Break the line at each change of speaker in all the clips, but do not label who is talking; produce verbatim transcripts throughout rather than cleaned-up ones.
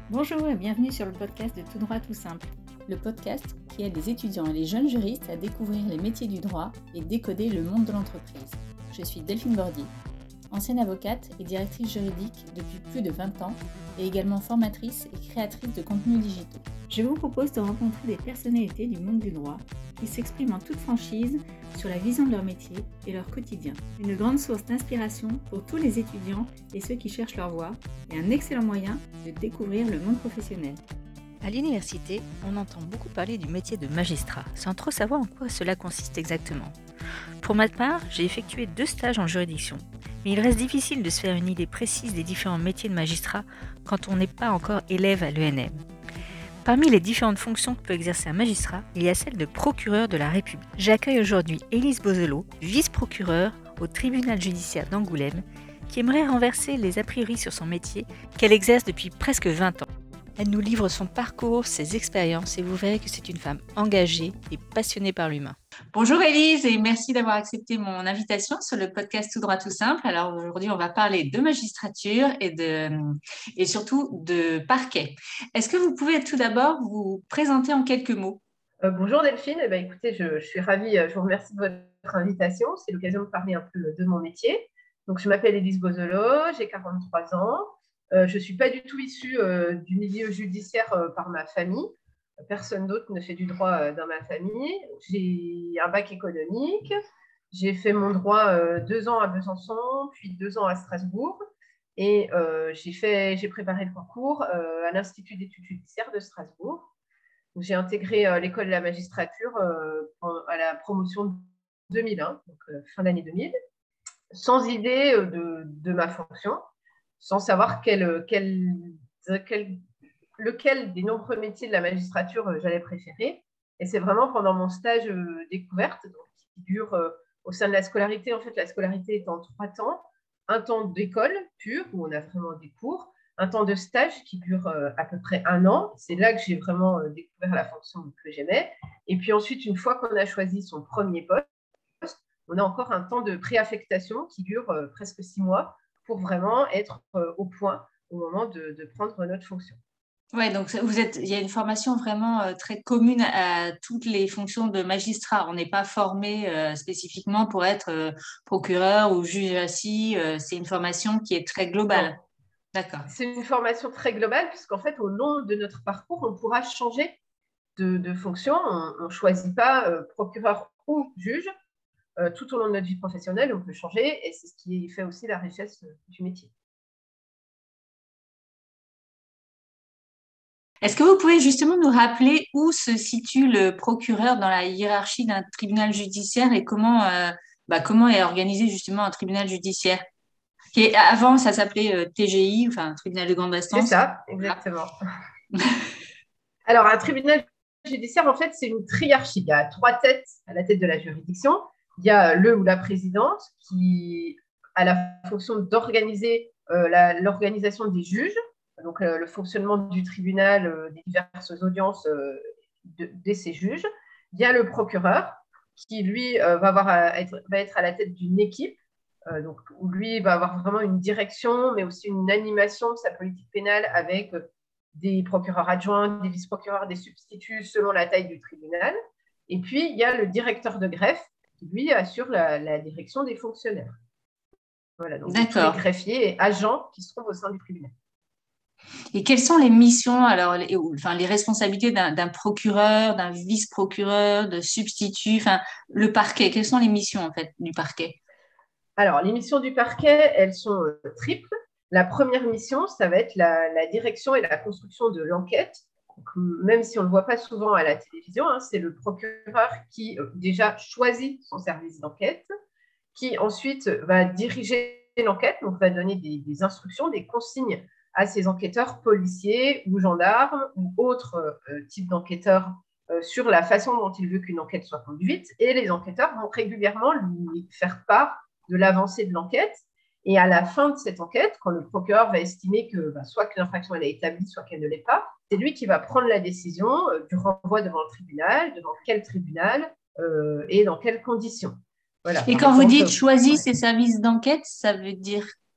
Bonjour et bienvenue sur le podcast de Tout droit tout simple. Le podcast qui aide les étudiants et les jeunes juristes à découvrir les métiers du droit et décoder le monde de l'entreprise. Je suis Delphine Bordy, ancienne avocate et directrice juridique depuis plus de vingt ans et également formatrice et créatrice de contenus digitaux. Je vous propose de rencontrer des personnalités du monde du droit qui s'expriment en toute franchise sur la vision de leur métier et leur quotidien. Une grande source d'inspiration pour tous les étudiants et ceux qui cherchent leur voie et un excellent moyen de découvrir le monde professionnel.
À l'université, on entend beaucoup parler du métier de magistrat, sans trop savoir en quoi cela consiste exactement. Pour ma part, j'ai effectué deux stages en juridiction, mais il reste difficile de se faire une idée précise des différents métiers de magistrat quand on n'est pas encore élève à l'E N M. Parmi les différentes fonctions que peut exercer un magistrat, il y a celle de procureur de la République. J'accueille aujourd'hui Élise Bozelot, vice-procureure au tribunal judiciaire d'Angoulême, qui aimerait renverser les a priori sur son métier qu'elle exerce depuis presque vingt ans. Elle nous livre son parcours, ses expériences et vous verrez que c'est une femme engagée et passionnée par l'humain.
Bonjour Élise et merci d'avoir accepté mon invitation sur le podcast Tout droit tout simple. Alors aujourd'hui, on va parler de magistrature et, de, et surtout de parquet. Est-ce que vous pouvez tout d'abord vous présenter en quelques mots ?
euh, Bonjour Delphine, eh bien, écoutez, je, je suis ravie, je vous remercie de votre invitation. C'est l'occasion de parler un peu de mon métier. Donc, je m'appelle Élise Bozelot, j'ai quarante-trois ans. Euh, je ne suis pas du tout issue euh, du milieu judiciaire euh, par ma famille. Personne d'autre ne fait du droit euh, dans ma famille. J'ai un bac économique. J'ai fait mon droit euh, deux ans à Besançon, puis deux ans à Strasbourg. Et euh, j'ai, fait, j'ai préparé le concours euh, à l'Institut d'études judiciaires de Strasbourg. Donc, j'ai intégré euh, l'école de la magistrature euh, à la promotion deux mille un, donc euh, fin d'année deux mille, sans idée euh, de, de ma fonction, sans savoir quel, quel, quel, lequel des nombreux métiers de la magistrature euh, j'allais préférer. Et c'est vraiment pendant mon stage euh, découverte, donc, qui dure euh, au sein de la scolarité. En fait, la scolarité est en trois temps. Un temps d'école pure, où on a vraiment des cours. Un temps de stage qui dure euh, à peu près un an. C'est là que j'ai vraiment euh, découvert la fonction que j'aimais. Et puis ensuite, une fois qu'on a choisi son premier poste, on a encore un temps de préaffectation qui dure euh, presque six mois pour vraiment être euh, au point au moment de, de prendre notre fonction.
Oui, donc vous êtes, il y a une formation vraiment euh, très commune à toutes les fonctions de magistrat. On n'est pas formé euh, spécifiquement pour être euh, procureur ou juge assis. Euh, c'est une formation qui est très globale.
Non.
D'accord.
C'est une formation très globale puisqu'en fait, au long de notre parcours, on pourra changer de, de fonction. On ne choisit pas euh, procureur ou juge. Euh, tout au long de notre vie professionnelle, on peut changer et c'est ce qui fait aussi la richesse du métier.
Est-ce que vous pouvez justement nous rappeler où se situe le procureur dans la hiérarchie d'un tribunal judiciaire et comment, euh, bah, comment est organisé justement un tribunal judiciaire qui est, avant, ça s'appelait euh, T G I, enfin tribunal de grande instance.
C'est ça, exactement. Alors, un tribunal judiciaire, en fait, c'est une triarchie. Il y a trois têtes à la tête de la juridiction. Il y a le ou la présidente qui a la fonction d'organiser euh, la, l'organisation des juges, donc euh, le fonctionnement du tribunal, euh, des diverses audiences euh, de, de ces juges. Il y a le procureur qui, lui, euh, va, avoir à être, va être à la tête d'une équipe, euh, donc, où lui va avoir vraiment une direction, mais aussi une animation de sa politique pénale avec euh, des procureurs adjoints, des vice-procureurs, des substituts selon la taille du tribunal. Et puis, il y a le directeur de greffe qui, lui, assure la, la direction des fonctionnaires. Voilà, donc tous les greffiers et agents qui se trouvent au sein du tribunal.
Et quelles sont les missions, alors, les, enfin, les responsabilités d'un, d'un procureur, d'un vice-procureur, de substitut, enfin, le parquet, quelles sont les missions, en fait, du parquet ?
Alors, les missions du parquet, elles sont euh, triples. La première mission, ça va être la, la direction et la construction de l'enquête. Donc, même si on ne le voit pas souvent à la télévision, hein, c'est le procureur qui euh, déjà choisit son service d'enquête, qui ensuite va diriger l'enquête, donc va donner des, des instructions, des consignes à ses enquêteurs policiers ou gendarmes ou autres euh, types d'enquêteurs euh, sur la façon dont il veut qu'une enquête soit conduite. Et les enquêteurs vont régulièrement lui faire part de l'avancée de l'enquête. Et à la fin de cette enquête, quand le procureur va estimer que bah, soit que l'infraction elle est établie, soit qu'elle ne l'est pas, c'est lui qui va prendre la décision euh, du renvoi devant le tribunal, devant quel tribunal euh, et dans quelles conditions.
Voilà, et quand exemple, vous dites choisir ouais. ses services d'enquête, ça veut dire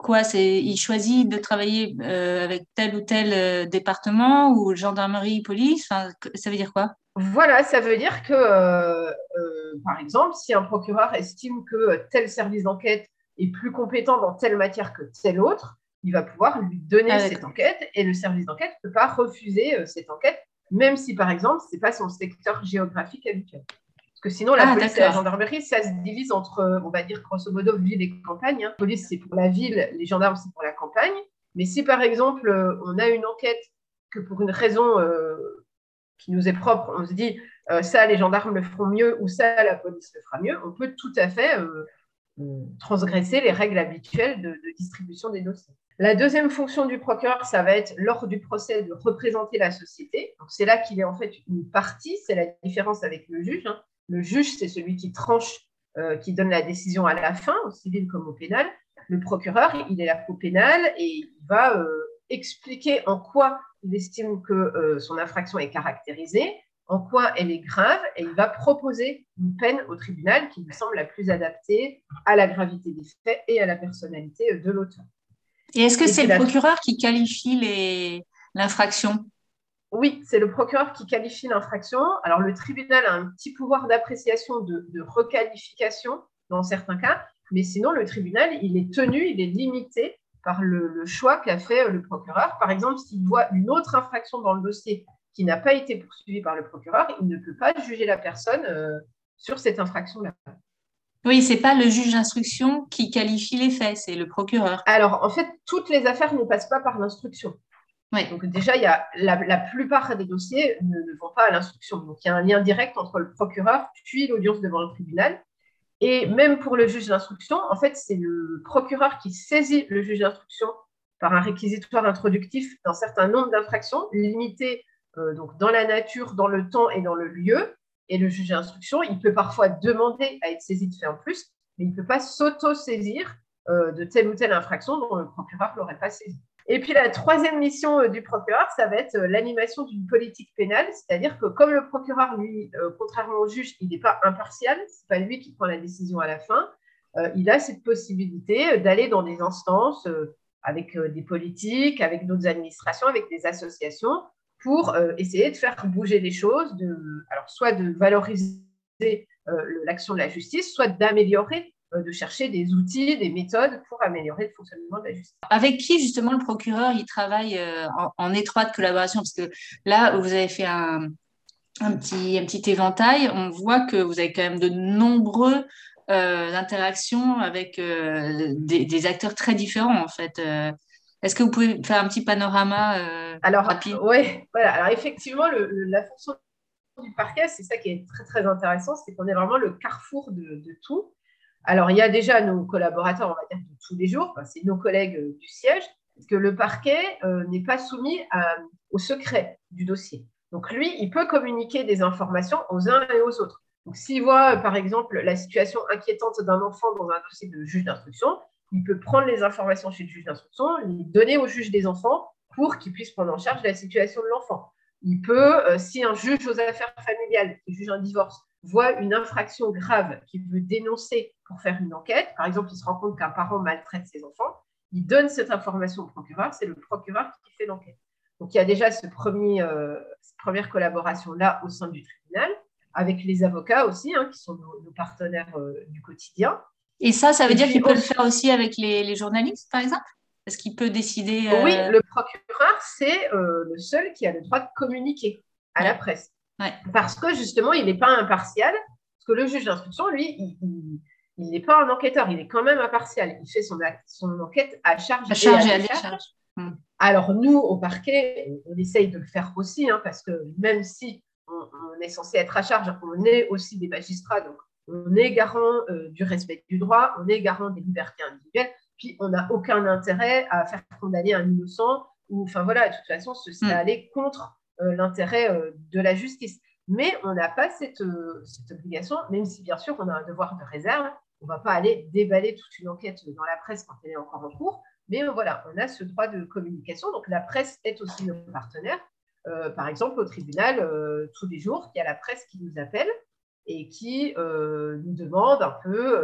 quoi? C'est, il choisit de travailler euh, avec tel ou tel euh, département ou gendarmerie, police? Enfin, ça veut dire quoi?
Voilà, ça veut dire que, euh, euh, par exemple, si un procureur estime que tel service d'enquête est plus compétent dans telle matière que tel autre, il va pouvoir lui donner
Ah,
cette
d'accord.
enquête et le service d'enquête ne peut pas refuser euh, cette enquête, même si, par exemple, ce n'est pas son secteur géographique habituel. Parce que sinon, la
Ah,
police et la
d'accord.
gendarmerie, ça se divise entre, euh, on va dire, grosso modo, ville et campagne. Hein. La police, c'est pour la ville, les gendarmes, c'est pour la campagne. Mais si, par exemple, euh, on a une enquête que pour une raison euh, qui nous est propre, on se dit euh, ça, les gendarmes le feront mieux ou ça, la police le fera mieux, on peut tout à fait euh, transgresser les règles habituelles de, de distribution des dossiers. La deuxième fonction du procureur, ça va être lors du procès de représenter la société. Donc, c'est là qu'il est en fait une partie, c'est la différence avec le juge. Hein. Le juge, c'est celui qui tranche, euh, qui donne la décision à la fin, au civil comme au pénal. Le procureur, il est là au pénal et il va euh, expliquer en quoi il estime que euh, son infraction est caractérisée, en quoi elle est grave, et il va proposer une peine au tribunal qui lui semble la plus adaptée à la gravité des faits et à la personnalité de l'auteur.
Et est-ce que
Et
c'est
puis
le
la...
procureur qui qualifie les... l'infraction?
Oui, c'est le procureur qui qualifie l'infraction. Alors, le tribunal a un petit pouvoir d'appréciation de, de requalification dans certains cas, mais sinon, le tribunal, il est tenu, il est limité par le, le choix qu'a fait le procureur. Par exemple, s'il voit une autre infraction dans le dossier qui n'a pas été poursuivie par le procureur, il ne peut pas juger la personne euh, sur cette infraction-là.
Oui, c'est pas le juge d'instruction qui qualifie les faits, c'est le procureur.
Alors, en fait, toutes les affaires ne passent pas par l'instruction.
Oui.
Donc déjà, il y a la, la plupart des dossiers ne, ne vont pas à l'instruction. Donc il y a un lien direct entre le procureur puis l'audience devant le tribunal. Et même pour le juge d'instruction, en fait, c'est le procureur qui saisit le juge d'instruction par un réquisitoire introductif d'un certain nombre d'infractions, limité euh, donc dans la nature, dans le temps et dans le lieu. Et le juge d'instruction, il peut parfois demander à être saisi de faits en plus, mais il ne peut pas s'auto-saisir euh, de telle ou telle infraction dont le procureur ne l'aurait pas saisi. Et puis la troisième mission euh, du procureur, ça va être euh, l'animation d'une politique pénale, c'est-à-dire que comme le procureur, lui, euh, contrairement au juge, il n'est pas impartial, c'est pas lui qui prend la décision à la fin, euh, il a cette possibilité d'aller dans des instances euh, avec euh, des politiques, avec d'autres administrations, avec des associations, pour euh, essayer de faire bouger les choses, de, alors soit de valoriser euh, l'action de la justice, soit d'améliorer de chercher des outils, des méthodes pour améliorer le fonctionnement de la justice.
Avec qui, justement, le procureur, il travaille euh, en, en étroite collaboration? Parce que là, vous avez fait un, un, petit, un petit éventail, on voit que vous avez quand même de nombreux euh, interactions avec euh, des, des acteurs très différents, en fait. Euh, est-ce que vous pouvez faire un petit panorama euh,
Alors,
rapide?
ouais, voilà. Alors, effectivement, le, le, la fonction du parquet, c'est ça qui est très, très intéressant, c'est qu'on est vraiment le carrefour de, de tout. Alors, il y a déjà nos collaborateurs, on va dire, de tous les jours, enfin, c'est nos collègues euh, du siège, parce que le parquet euh, n'est pas soumis à, au secret du dossier. Donc, lui, il peut communiquer des informations aux uns et aux autres. Donc, s'il voit, par exemple, la situation inquiétante d'un enfant dans un dossier de juge d'instruction, il peut prendre les informations chez le juge d'instruction, les donner au juge des enfants pour qu'il puisse prendre en charge la situation de l'enfant. Il peut, euh, si un juge aux affaires familiales, qui juge un divorce, voit une infraction grave qu'il veut dénoncer pour faire une enquête, par exemple, il se rend compte qu'un parent maltraite ses enfants, il donne cette information au procureur, c'est le procureur qui fait l'enquête. Donc, il y a déjà ce premier, euh, cette première collaboration-là au sein du tribunal, avec les avocats aussi, hein, qui sont nos, nos partenaires euh, du quotidien.
Et ça, ça veut
Et
dire
puis,
qu'il peut
on...
le faire aussi avec les, les journalistes, par exemple? Est-ce qu'il peut décider euh...
Oui, le procureur, c'est euh, le seul qui a le droit de communiquer à
ouais.
la presse.
Ouais.
Parce que justement, il n'est pas impartial. Parce que le juge d'instruction, lui, il n'est pas un enquêteur, il est quand même impartial. Il fait son, son enquête à charge,
à charge
et
et
à
à
décharge.
décharge. Hum.
Alors, nous, au parquet, on essaye de le faire aussi, hein, parce que même si on, on est censé être à charge, on est aussi des magistrats, donc on est garant euh, du respect du droit, on est garant des libertés individuelles, puis on n'a aucun intérêt à faire condamner un innocent, ou enfin voilà, de toute façon, ce serait hum. aller contre euh, l'intérêt euh, de la justice. Mais on n'a pas cette, euh, cette obligation, même si bien sûr on a un devoir de réserve. On ne va pas aller déballer toute une enquête dans la presse quand elle est encore en cours. Mais euh, voilà, on a ce droit de communication. Donc la presse est aussi notre partenaire. Euh, par exemple, au tribunal, euh, tous les jours, il y a la presse qui nous appelle et qui euh, nous demande un peu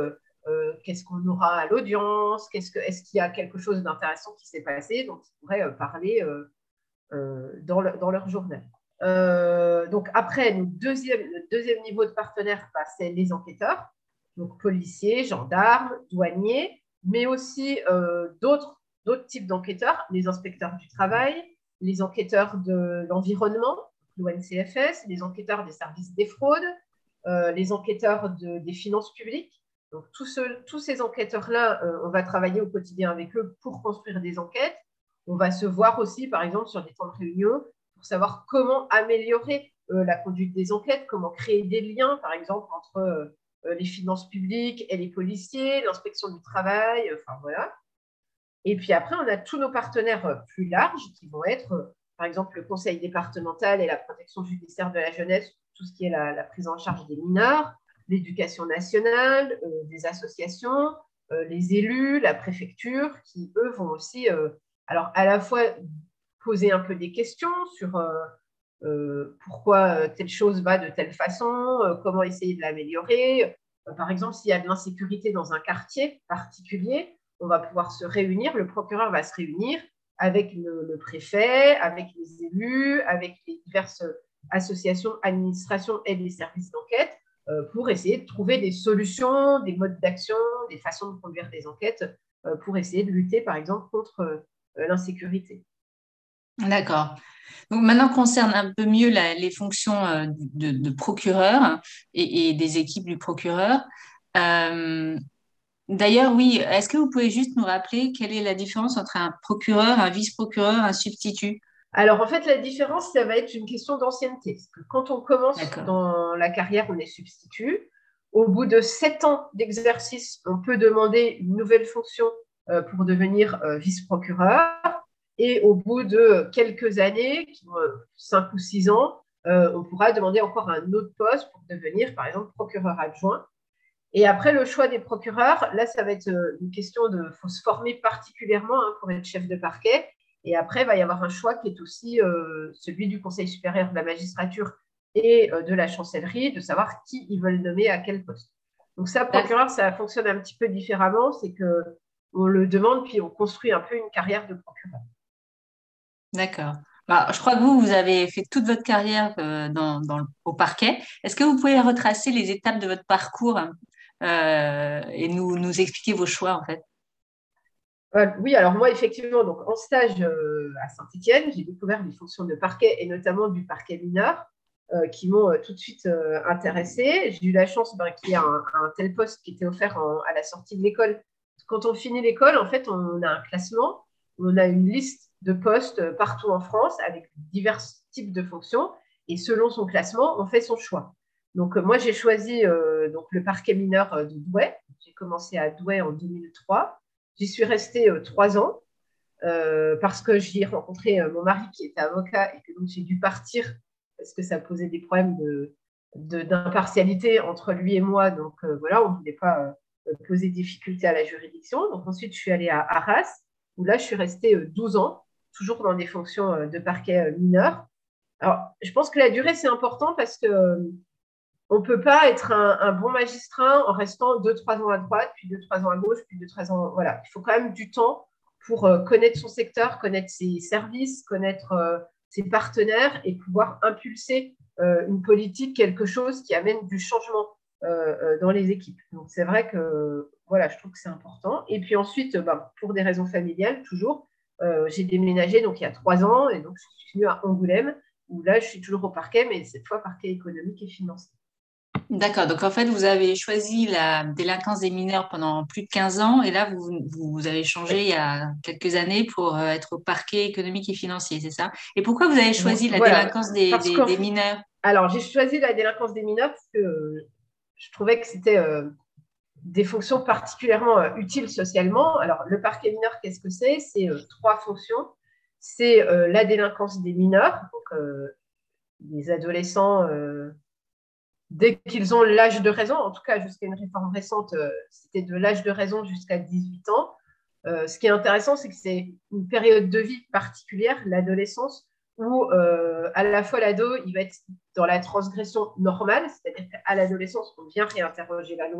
euh, qu'est-ce qu'on aura à l'audience, qu'est-ce que, est-ce qu'il y a quelque chose d'intéressant qui s'est passé dont ils pourraient euh, parler euh, euh, dans, le, dans leur journal. Euh, donc après, le deuxième, le deuxième niveau de partenaire, bah, c'est les enquêteurs, donc policiers, gendarmes, douaniers, mais aussi euh, d'autres, d'autres types d'enquêteurs, les inspecteurs du travail, les enquêteurs de l'environnement, l'O N C F S, les enquêteurs des services des fraudes, euh, les enquêteurs de, des finances publiques. Donc tous, ce, tous ces enquêteurs-là, euh, on va travailler au quotidien avec eux pour construire des enquêtes. On va se voir aussi, par exemple, sur des temps de réunion pour savoir comment améliorer euh, la conduite des enquêtes, comment créer des liens, par exemple, entre euh, les finances publiques et les policiers, l'inspection du travail, enfin voilà. Et puis après, on a tous nos partenaires plus larges qui vont être, euh, par exemple, le conseil départemental et la protection judiciaire de la jeunesse, tout ce qui est la, la prise en charge des mineurs, l'éducation nationale, euh, des associations, euh, les élus, la préfecture, qui, eux, vont aussi, euh, alors à la fois poser un peu des questions sur euh, euh, pourquoi telle chose va de telle façon, euh, comment essayer de l'améliorer. Euh, par exemple, s'il y a de l'insécurité dans un quartier particulier, on va pouvoir se réunir, le procureur va se réunir avec le, le préfet, avec les élus, avec les diverses associations, administrations et les services d'enquête euh, pour essayer de trouver des solutions, des modes d'action, des façons de conduire des enquêtes euh, pour essayer de lutter, par exemple, contre euh, l'insécurité.
D'accord. Donc maintenant, concerne un peu mieux la- les fonctions euh, de, de procureur et, et des équipes du procureur. Euh, D'ailleurs, oui, est-ce que vous pouvez juste nous rappeler quelle est la différence entre un procureur, un vice-procureur, un substitut?
Alors, en fait, la différence, ça va être une question d'ancienneté. Parce que quand on commence
D'accord.
dans la carrière, on est substitut. Au bout de sept ans d'exercice, on peut demander une nouvelle fonction euh, pour devenir euh, vice-procureur. Et au bout de quelques années, euh, cinq ou six ans, euh, on pourra demander encore un autre poste pour devenir, par exemple, procureur adjoint. Et après, le choix des procureurs, là, ça va être une question de… Il faut se former particulièrement hein, pour être chef de parquet. Et après, il va y avoir un choix qui est aussi euh, celui du Conseil supérieur de la magistrature et euh, de la chancellerie, de savoir qui ils veulent nommer à quel poste. Donc ça, procureur, ça fonctionne un petit peu différemment. C'est qu'on le demande, puis on construit un peu une carrière de procureur.
D'accord. Alors, je crois que vous, vous avez fait toute votre carrière euh, dans, dans le- au parquet. Est-ce que vous pouvez retracer les étapes de votre parcours euh, et nous, nous expliquer vos choix, en fait?
Euh, oui, alors moi, effectivement, donc, en stage euh, à Saint-Étienne, j'ai découvert les fonctions de parquet et notamment du parquet mineur euh, qui m'ont euh, tout de suite euh, intéressée. J'ai eu la chance ben, qu'il y ait un, un tel poste qui était offert en- à la sortie de l'école. Quand on finit l'école, en fait, on a un classement, on a une liste de postes partout en France avec divers types de fonctions et selon son classement, on fait son choix. Donc, euh, moi, j'ai choisi euh, donc, le parquet mineur euh, de Douai. J'ai commencé à Douai en deux mille trois. J'y suis restée euh, trois ans euh, parce que j'y ai rencontré euh, mon mari qui était avocat et que donc j'ai dû partir parce que ça posait des problèmes de, de, d'impartialité entre lui et moi. Donc euh, voilà, on ne voulait pas euh, poser difficulté à la juridiction. Donc ensuite, je suis allée à Arras où là, je suis restée euh, douze ans, toujours dans des fonctions euh, de parquet euh, mineur. Alors, je pense que la durée, c'est important parce que euh, on ne peut pas être un, un, bon magistrat en restant deux, trois ans à droite, puis deux, trois ans à gauche, puis deux, trois ans. Voilà. Il faut quand même du temps pour euh, connaître son secteur, connaître ses services, connaître euh, ses partenaires et pouvoir impulser euh, une politique, quelque chose qui amène du changement euh, euh, dans les équipes. Donc, c'est vrai que voilà, je trouve que c'est important. Et puis ensuite, ben, pour des raisons familiales, toujours, euh, j'ai déménagé donc, il y a trois ans et donc je suis venue à Angoulême où là, je suis toujours au parquet, mais cette fois parquet économique et financier.
D'accord. Donc, en fait, vous avez choisi la délinquance des mineurs pendant plus de quinze ans et là, vous, vous avez changé il y a quelques années pour euh, être au parquet économique et financier, c'est ça? Et pourquoi vous avez choisi la
Voilà,
délinquance des,
parce
des,
que
des mineurs?
alors j'ai choisi la délinquance des mineurs parce que euh, je trouvais que c'était euh, des fonctions particulièrement euh, utiles socialement. Alors le parquet mineur, qu'est-ce que c'est? C'est euh, trois fonctions. C'est euh, la délinquance des mineurs, donc euh, les adolescents euh, dès qu'ils ont l'âge de raison, en tout cas jusqu'à une réforme récente, euh, c'était de l'âge de raison jusqu'à dix-huit ans. Euh, ce qui est intéressant, c'est que c'est une période de vie particulière, l'adolescence, où euh, à la fois l'ado, il va être dans la transgression normale, c'est-à-dire qu'à l'adolescence, on vient réinterroger la loi,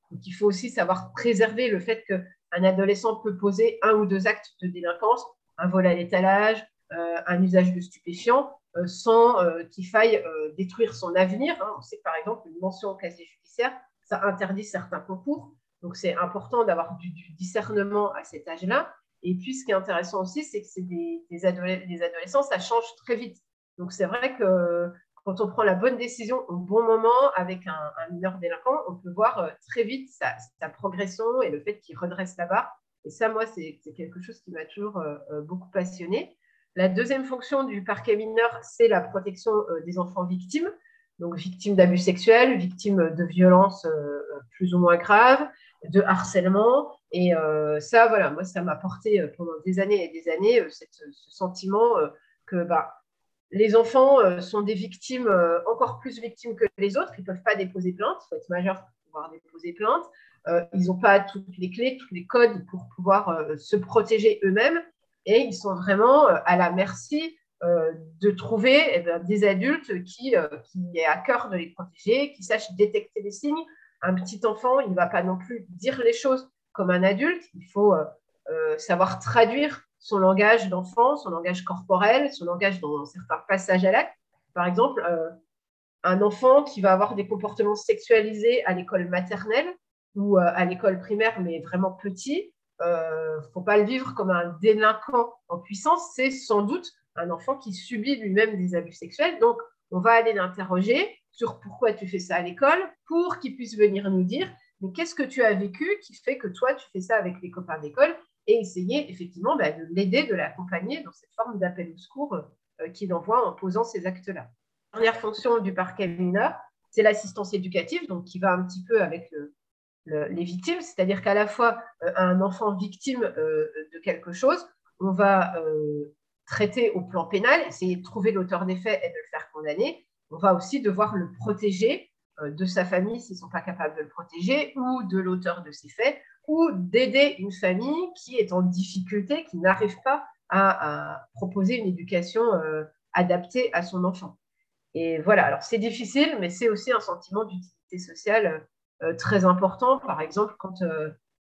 Donc, il faut aussi savoir préserver le fait qu'un adolescent peut poser un ou deux actes de délinquance, un vol à l'étalage, euh, un usage de stupéfiants, euh, sans euh, qu'il faille euh, détruire son avenir. Hein. On sait que, par exemple, une mention au casier judiciaire, ça interdit certains concours. Donc, c'est important d'avoir du, du discernement à cet âge-là. Et puis, ce qui est intéressant aussi, c'est que c'est des, des, adolesc- des adolescents, ça change très vite. Donc, c'est vrai que quand on prend la bonne décision au bon moment avec un, un mineur délinquant, on peut voir euh, très vite sa, sa progression et le fait qu'il redresse la barre. Et ça, moi, c'est, c'est quelque chose qui m'a toujours euh, beaucoup passionné. La deuxième fonction du parquet mineur, c'est la protection euh, des enfants victimes. Donc, victimes d'abus sexuels, victimes de violences euh, plus ou moins graves, de harcèlement. Et euh, ça, voilà, moi, ça m'a porté euh, pendant des années et des années euh, cette, ce sentiment euh, que bah, les enfants euh, sont des victimes, euh, encore plus victimes que les autres. Ils ne peuvent pas déposer plainte. Il faut être majeur pour pouvoir déposer plainte. Euh, ils n'ont pas toutes les clés, tous les codes pour pouvoir euh, se protéger eux-mêmes. Et ils sont vraiment euh, à la merci euh, de trouver eh bien, des adultes qui, euh, qui aient à cœur de les protéger, qui sachent détecter les signes. Un petit enfant, il ne va pas non plus dire les choses comme un adulte. Il faut euh, euh, savoir traduire son langage d'enfant, son langage corporel, son langage dans certains passages à l'acte. Par exemple, euh, un enfant qui va avoir des comportements sexualisés à l'école maternelle ou euh, à l'école primaire, mais vraiment petit, il euh, ne faut pas le vivre comme un délinquant en puissance. C'est sans doute un enfant qui subit lui-même des abus sexuels. Donc, on va aller l'interroger sur pourquoi tu fais ça à l'école pour qu'il puisse venir nous dire mais qu'est-ce que tu as vécu qui fait que toi, tu fais ça avec les copains d'école et essayer effectivement bah, de l'aider, de l'accompagner dans cette forme d'appel au secours euh, qu'il envoie en posant ces actes-là. La dernière fonction du parquet mineur, c'est l'assistance éducative, donc qui va un petit peu avec le, le, les victimes, c'est-à-dire qu'à la fois euh, un enfant victime euh, de quelque chose, on va euh, traiter au plan pénal, essayer de trouver l'auteur des faits et de le faire condamner. On va aussi devoir le protéger euh, de sa famille s'ils ne sont pas capables de le protéger, ou de l'auteur de ces faits, ou d'aider une famille qui est en difficulté, qui n'arrive pas à, à proposer une éducation euh, adaptée à son enfant. Et voilà, alors c'est difficile, mais c'est aussi un sentiment d'utilité sociale euh, très important. Par exemple, quand, euh,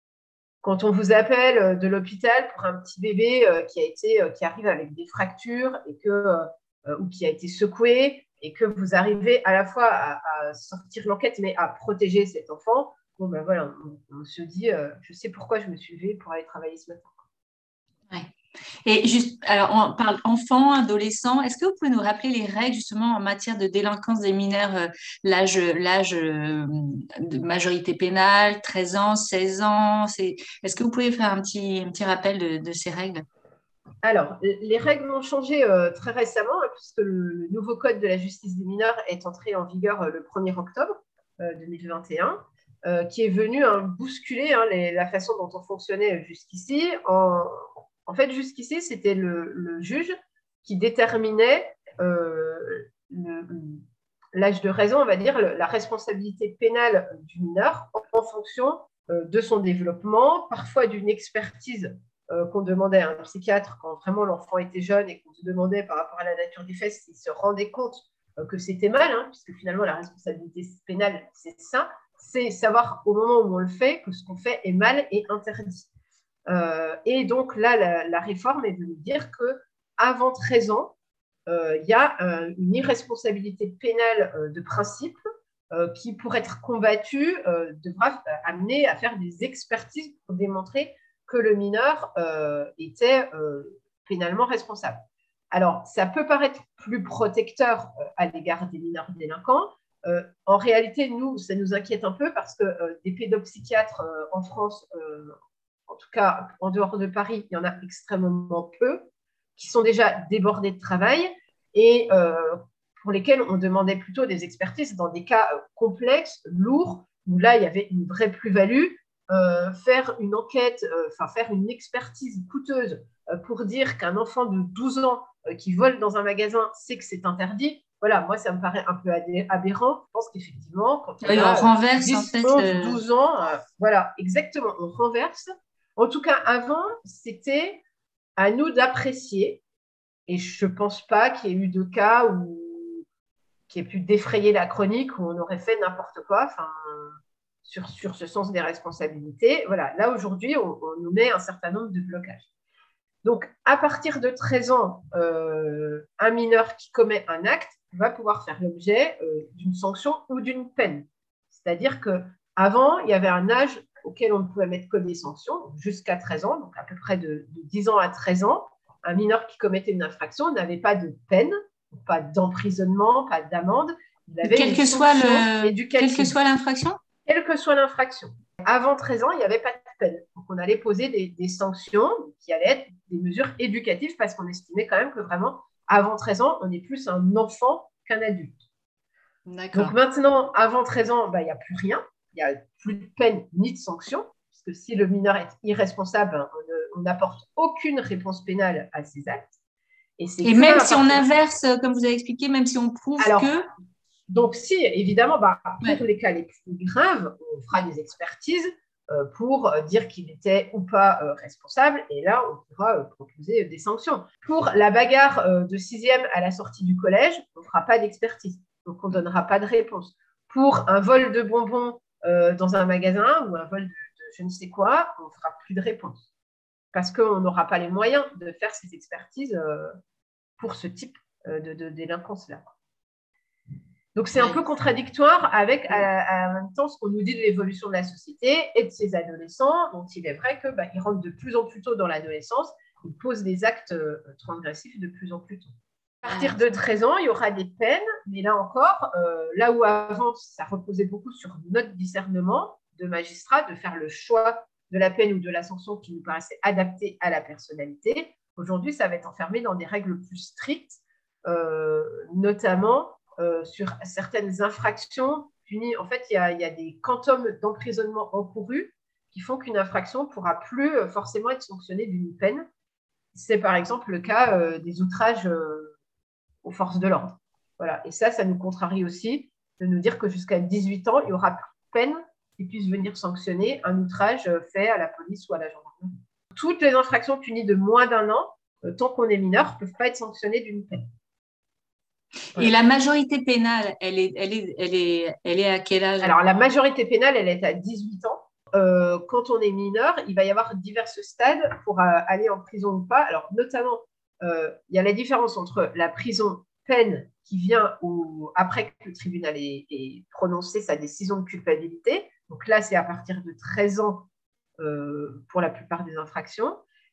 quand on vous appelle de l'hôpital pour un petit bébé euh, qui, a été, euh, qui arrive avec des fractures et que, euh, ou qui a été secoué, et que vous arrivez à la fois à, à sortir l'enquête, mais à protéger cet enfant, bon ben voilà, on, on se dit, euh, je sais pourquoi je me suis levée pour aller travailler ce matin.
Ouais. Et juste, alors on parle enfants, adolescents. Est-ce que vous pouvez nous rappeler les règles justement en matière de délinquance des mineurs, euh, l'âge, l'âge euh, de majorité pénale, treize ans, seize ans, c'est... Est-ce que vous pouvez faire un petit, un petit rappel de, de ces règles?
Alors, les règles ont changé euh, très récemment, hein, puisque le, le nouveau code de la justice des mineurs est entré en vigueur euh, le premier octobre euh, deux mille vingt et un, euh, qui est venu hein, bousculer hein, les, la façon dont on fonctionnait jusqu'ici. En, en fait, jusqu'ici, c'était le, le juge qui déterminait euh, le, l'âge de raison, on va dire, le, la responsabilité pénale du mineur en, en fonction euh, de son développement, parfois d'une expertise euh, qu'on demandait à un psychiatre quand vraiment l'enfant était jeune et qu'on se demandait par rapport à la nature des faits s'il se rendait compte euh, que c'était mal, hein, puisque finalement la responsabilité pénale, c'est ça, c'est savoir au moment où on le fait que ce qu'on fait est mal et interdit. Euh, et donc là, la, la réforme est venue dire qu'avant treize ans, il euh, y a euh, une irresponsabilité pénale euh, de principe euh, qui, pour être combattue, euh, devra amener à faire des expertises pour démontrer que le mineur euh, était euh, pénalement responsable. Alors, ça peut paraître plus protecteur euh, à l'égard des mineurs délinquants. Euh, en réalité, nous, ça nous inquiète un peu parce que euh, des pédopsychiatres euh, en France, euh, en tout cas en dehors de Paris, il y en a extrêmement peu, qui sont déjà débordés de travail et euh, pour lesquels on demandait plutôt des expertises dans des cas euh, complexes, lourds, où là, il y avait une vraie plus-value. Euh, faire une enquête, enfin euh, faire une expertise coûteuse euh, pour dire qu'un enfant de douze ans euh, qui vole dans un magasin sait que c'est interdit, voilà, moi ça me paraît un peu aberrant. Je pense qu'effectivement, quand on,
oui,
a,
on renverse
dix,
en fait
onze,
le...
douze ans, euh, voilà, exactement, on renverse. En tout cas, avant, c'était à nous d'apprécier, et je ne pense pas qu'il y ait eu de cas où qui ait pu défrayer la chronique où on aurait fait n'importe quoi. Enfin, sur, sur ce sens des responsabilités. Voilà, là, aujourd'hui, on, on nous met un certain nombre de blocages. Donc, à partir de treize ans, euh, un mineur qui commet un acte va pouvoir faire l'objet euh, d'une sanction ou d'une peine. C'est-à-dire qu'avant, il y avait un âge auquel on ne pouvait mettre que des sanctions, jusqu'à treize ans, donc à peu près de, de dix ans à treize ans. Un mineur qui commettait une infraction n'avait pas de peine, pas d'emprisonnement, pas d'amende. Il avait
quel
une
que soit
sanction
le,
éducative.
quelle que soit l'infraction
Quelle que soit l'infraction. Avant treize ans, il n'y avait pas de peine. Donc, on allait poser des, des sanctions qui allaient être des mesures éducatives parce qu'on estimait quand même que vraiment, avant treize ans, on est plus un enfant qu'un adulte.
D'accord.
Donc maintenant, avant treize ans, bah, il n'y a plus rien. Il n'y a plus de peine ni de sanction. Parce que si le mineur est irresponsable, on n'apporte aucune réponse pénale à ses actes. Et,
Et même si on inverse, comme vous avez expliqué, même si on prouve
Alors,
que…
Donc, si, évidemment, bah, après
Ouais.
tous les cas les plus graves, on fera des expertises euh, pour euh, dire qu'il était ou pas euh, responsable. Et là, on pourra euh, proposer des sanctions. Pour la bagarre euh, de sixième à la sortie du collège, on ne fera pas d'expertise. Donc, on ne donnera pas de réponse. Pour un vol de bonbons euh, dans un magasin ou un vol de, de je ne sais quoi, on ne fera plus de réponse. Parce qu'on n'aura pas les moyens de faire ces expertises euh, pour ce type euh, de, de délinquance-là. Donc, c'est un peu contradictoire avec, en même temps, ce qu'on nous dit de l'évolution de la société et de ces adolescents, dont il est vrai qu'ils bah, rentrent de plus en plus tôt dans l'adolescence, ils posent des actes euh, transgressifs de plus en plus tôt. À partir de treize ans, il y aura des peines, mais là encore, euh, là où avant, ça reposait beaucoup sur notre discernement de magistrat, de faire le choix de la peine ou de la sanction qui nous paraissait adaptée à la personnalité, aujourd'hui, ça va être enfermé dans des règles plus strictes, euh, notamment Euh, sur certaines infractions punies. En fait, il y a, il y a des quantums d'emprisonnement encourus qui font qu'une infraction ne pourra plus euh, forcément être sanctionnée d'une peine. C'est par exemple le cas euh, des outrages euh, aux forces de l'ordre. Voilà. Et ça, ça nous contrarie aussi de nous dire que jusqu'à dix-huit ans, il n'y aura plus de peine qui puisse venir sanctionner un outrage fait à la police ou à la gendarmerie. Toutes les infractions punies de moins d'un an, euh, tant qu'on est mineur, ne peuvent pas être sanctionnées d'une peine.
Et la majorité pénale, elle est, elle est, elle est, elle est à quel âge?
Alors, la majorité pénale, elle est à dix-huit ans. Euh, quand on est mineur, il va y avoir divers stades pour euh, aller en prison ou pas. Alors, notamment, euh, il y a la différence entre la prison peine qui vient au, après que le tribunal ait, ait prononcé sa décision de culpabilité. Donc là, c'est à partir de treize ans euh, pour la plupart des infractions.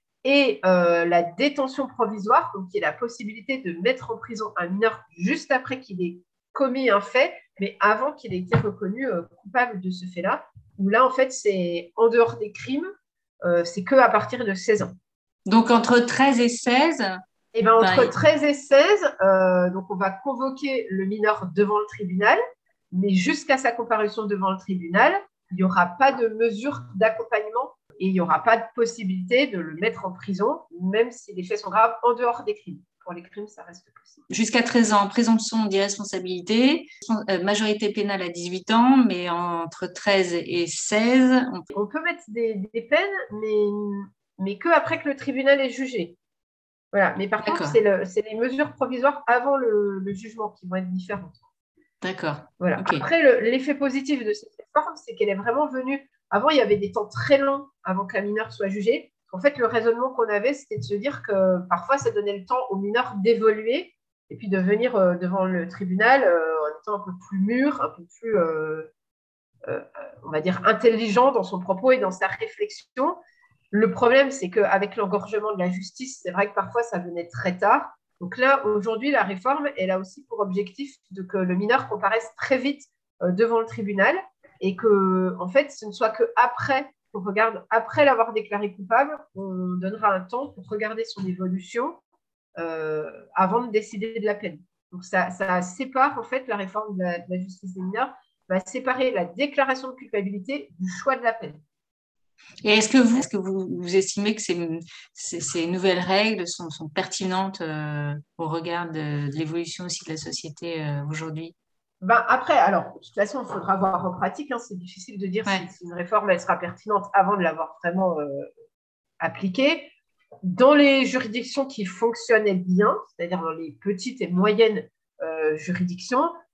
Et euh, la détention provisoire, donc qui est la possibilité de mettre en prison un mineur juste après qu'il ait commis un fait, mais avant qu'il ait été reconnu euh, coupable de ce fait-là, où là, en fait, c'est en dehors des crimes, euh, c'est qu'à partir de seize ans.
Donc, entre treize et seize
Et ben, entre bah, treize et seize, euh, donc on va convoquer le mineur devant le tribunal, mais jusqu'à sa comparution devant le tribunal, il n'y aura pas de mesure d'accompagnement et il n'y aura pas de possibilité de le mettre en prison, même si les faits sont graves en dehors des crimes. Pour les crimes, ça reste possible.
Jusqu'à treize ans, présomption d'irresponsabilité, euh, majorité pénale à dix-huit ans, mais entre treize et seize…
On peut, on peut mettre des, des peines, mais, mais que après que le tribunal est jugé. Voilà. Mais par contre, c'est, le, c'est les mesures provisoires avant le, le jugement qui vont être différentes.
D'accord.
Voilà.
Okay.
Après, le, l'effet positif de cette réforme, c'est qu'elle est vraiment venue… Avant, il y avait des temps très longs avant qu'un mineur soit jugé. En fait, le raisonnement qu'on avait, c'était de se dire que parfois, ça donnait le temps aux mineurs d'évoluer et puis de venir euh, devant le tribunal euh, en étant un peu plus mûr, un peu plus, euh, euh, on va dire, intelligent dans son propos et dans sa réflexion. Le problème, c'est qu'avec l'engorgement de la justice, c'est vrai que parfois, ça venait très tard. Donc là, aujourd'hui, la réforme, elle a aussi pour objectif de que le mineur comparaisse très vite euh, devant le tribunal et que, en fait, ce ne soit qu'après qu'on regarde, après l'avoir déclaré coupable, on donnera un temps pour regarder son évolution euh, avant de décider de la peine. Donc, ça, ça sépare, en fait, la réforme de la, de la justice des mineurs, va séparer la déclaration de culpabilité du choix de la peine.
Et est-ce que vous, est-ce que vous, vous estimez que ces, ces, ces nouvelles règles sont, sont pertinentes euh, au regard de, de l'évolution aussi de la société euh, aujourd'hui?
Ben après, alors, de toute façon, il faudra voir en pratique. Hein, c'est difficile de dire ouais. si, si une réforme elle sera pertinente avant de l'avoir vraiment euh, appliquée. Dans les juridictions qui fonctionnaient bien, c'est-à-dire dans les petites et moyennes euh, juridictions,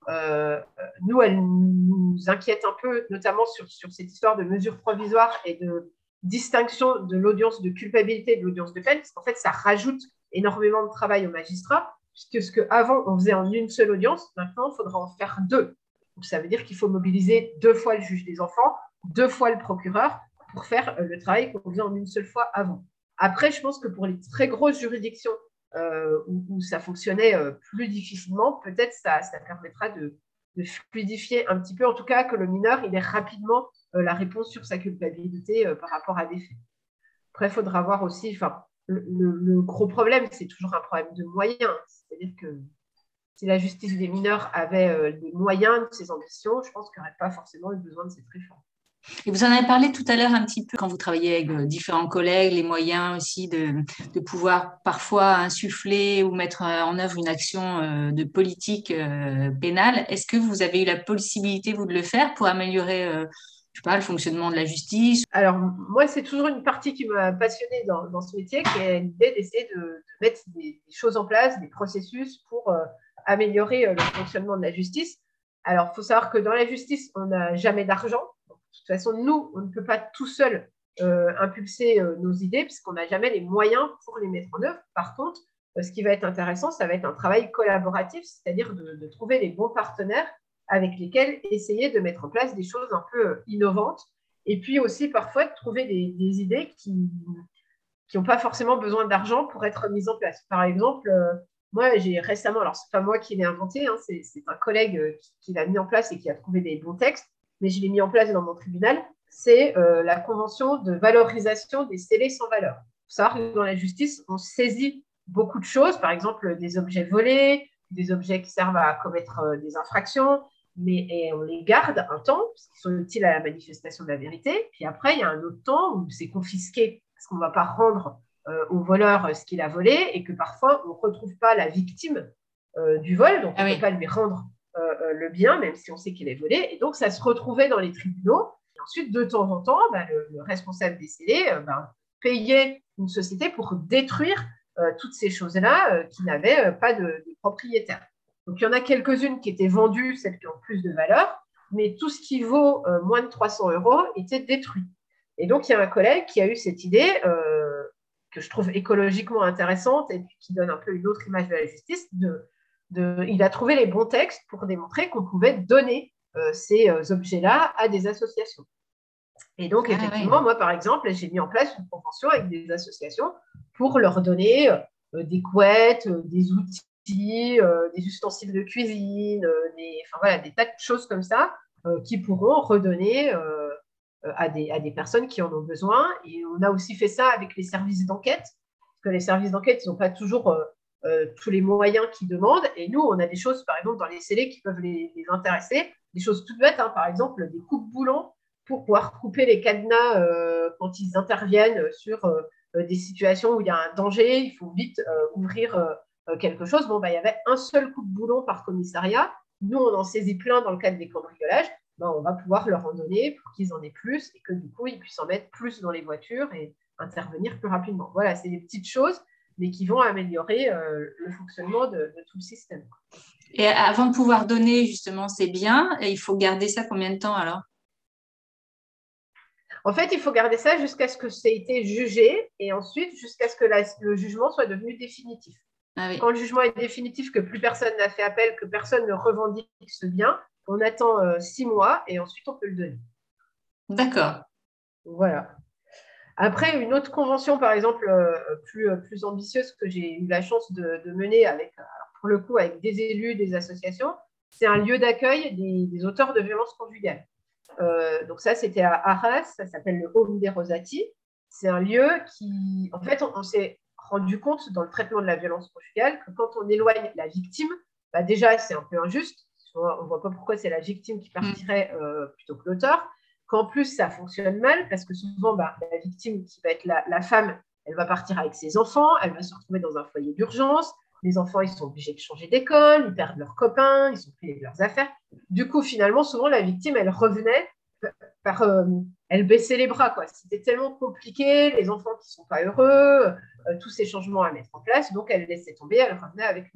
Euh, nous, elle nous inquiète un peu, notamment sur, sur cette histoire de mesures provisoires et de distinction de l'audience de culpabilité et de l'audience de peine, parce qu'en fait, ça rajoute énormément de travail aux magistrats, puisque ce qu'avant, on faisait en une seule audience, maintenant, il faudra en faire deux. Donc, ça veut dire qu'il faut mobiliser deux fois le juge des enfants, deux fois le procureur, pour faire le travail qu'on faisait en une seule fois avant. Après, je pense que pour les très grosses juridictions euh, où, où ça fonctionnait euh, plus difficilement, peut-être ça, ça permettra de, de fluidifier un petit peu, en tout cas que le mineur il ait rapidement euh, la réponse sur sa culpabilité euh, par rapport à des faits. Après, il faudra voir aussi, enfin, le, le, le gros problème, c'est toujours un problème de moyens. C'est-à-dire que si la justice des mineurs avait euh, les moyens de ses ambitions, je pense qu'il n'y aurait pas forcément eu besoin de cette réforme.
Et vous en avez parlé tout à l'heure un petit peu quand vous travaillez avec euh, différents collègues, les moyens aussi de, de pouvoir parfois insuffler ou mettre en œuvre une action euh, de politique euh, pénale. Est-ce que vous avez eu la possibilité, vous, de le faire pour améliorer euh, je sais pas, le fonctionnement de la justice?
Alors, moi, c'est toujours une partie qui m'a passionnée dans, dans ce métier, qui est l'idée d'essayer de, de mettre des, des choses en place, des processus pour euh, améliorer euh, le fonctionnement de la justice. Alors, il faut savoir que dans la justice, on n'a jamais d'argent. De toute façon, nous, on ne peut pas tout seul euh, impulser euh, nos idées puisqu'on n'a jamais les moyens pour les mettre en œuvre. Par contre, euh, ce qui va être intéressant, ça va être un travail collaboratif, c'est-à-dire de, de trouver les bons partenaires avec lesquels essayer de mettre en place des choses un peu euh, innovantes et puis aussi parfois de trouver des, des idées qui n'ont pas forcément besoin d'argent pour être mises en place. Par exemple, euh, moi, j'ai récemment, alors ce n'est pas moi qui l'ai inventé, hein, c'est, c'est un collègue euh, qui, qui l'a mis en place et qui a trouvé des bons textes, mais je l'ai mis en place dans mon tribunal, c'est euh, la convention de valorisation des scellés sans valeur. Il faut savoir que dans la justice, on saisit beaucoup de choses, par exemple des objets volés, des objets qui servent à commettre euh, des infractions, mais et on les garde un temps, parce qu'ils sont utiles à la manifestation de la vérité, puis après, il y a un autre temps où c'est confisqué, parce qu'on ne va pas rendre euh, au voleur euh, ce qu'il a volé, et que parfois, on ne retrouve pas la victime euh, du vol, donc on ne ah peut oui. pas lui rendre Euh, le bien, même si on sait qu'il est volé. Et donc, ça se retrouvait dans les tribunaux. Et ensuite, de temps en temps, bah, le, le responsable des scellés euh, bah, payait une société pour détruire euh, toutes ces choses-là euh, qui n'avaient euh, pas de, de propriétaire. Donc, il y en a quelques-unes qui étaient vendues, celles qui ont plus de valeur, mais tout ce qui vaut euh, moins de trois cents euros était détruit. Et donc, il y a un collègue qui a eu cette idée euh, que je trouve écologiquement intéressante et qui donne un peu une autre image de la justice, de De, il a trouvé les bons textes pour démontrer qu'on pouvait donner euh, ces euh, objets-là à des associations. Et donc, ah, effectivement, oui. moi, par exemple, j'ai mis en place une convention avec des associations pour leur donner euh, des couettes, euh, des outils, euh, des ustensiles de cuisine, euh, des, enfin, voilà, des tas de choses comme ça euh, qui pourront redonner euh, à, des, à des personnes qui en ont besoin. Et on a aussi fait ça avec les services d'enquête, parce que les services d'enquête, ils n'ont pas toujours... Euh, Euh, tous les moyens qu'ils demandent. Et nous, on a des choses, par exemple, dans les scellés qui peuvent les, les intéresser. Des choses toutes bêtes, hein, par exemple, des coupes-boulons pour pouvoir couper les cadenas euh, quand ils interviennent sur euh, des situations où il y a un danger, il faut vite euh, ouvrir euh, quelque chose. Bon, bah, il y avait un seul coupe-boulon par commissariat. Nous, on en saisit plein dans le cadre des cambriolages. Bah, on va pouvoir leur en donner pour qu'ils en aient plus et que du coup, ils puissent en mettre plus dans les voitures et intervenir plus rapidement. Voilà, c'est des petites choses mais qui vont améliorer euh, le fonctionnement de, de tout le système.
Et avant de pouvoir donner justement ces biens, il faut garder ça combien de temps alors?
En fait, il faut garder ça jusqu'à ce que ça ait été jugé et ensuite jusqu'à ce que la, le jugement soit devenu définitif. Ah oui. Quand le jugement est définitif, que plus personne n'a fait appel, que personne ne revendique ce bien, on attend euh, six mois et ensuite on peut le donner.
D'accord.
Voilà. Après, une autre convention, par exemple, euh, plus, plus ambitieuse que j'ai eu la chance de, de mener avec, pour le coup, avec des élus, des associations, c'est un lieu d'accueil des, des auteurs de violences conjugales. Euh, donc ça, c'était à Arras, ça s'appelle le Home des Rosati. C'est un lieu qui, en fait, on, on s'est rendu compte dans le traitement de la violence conjugale que quand on éloigne la victime, bah déjà, c'est un peu injuste. On ne voit pas pourquoi c'est la victime qui partirait euh, plutôt que l'auteur. Qu'en plus, ça fonctionne mal parce que souvent, bah, la victime qui va être la, la femme, elle va partir avec ses enfants, elle va se retrouver dans un foyer d'urgence. Les enfants, ils sont obligés de changer d'école, ils perdent leurs copains, ils sont privés de leurs affaires. Du coup, finalement, souvent, la victime, elle revenait par... Euh, elle baissait les bras, quoi. C'était tellement compliqué, les enfants qui ne sont pas heureux, euh, tous ces changements à mettre en place. Donc, elle laissait tomber, elle revenait avec le,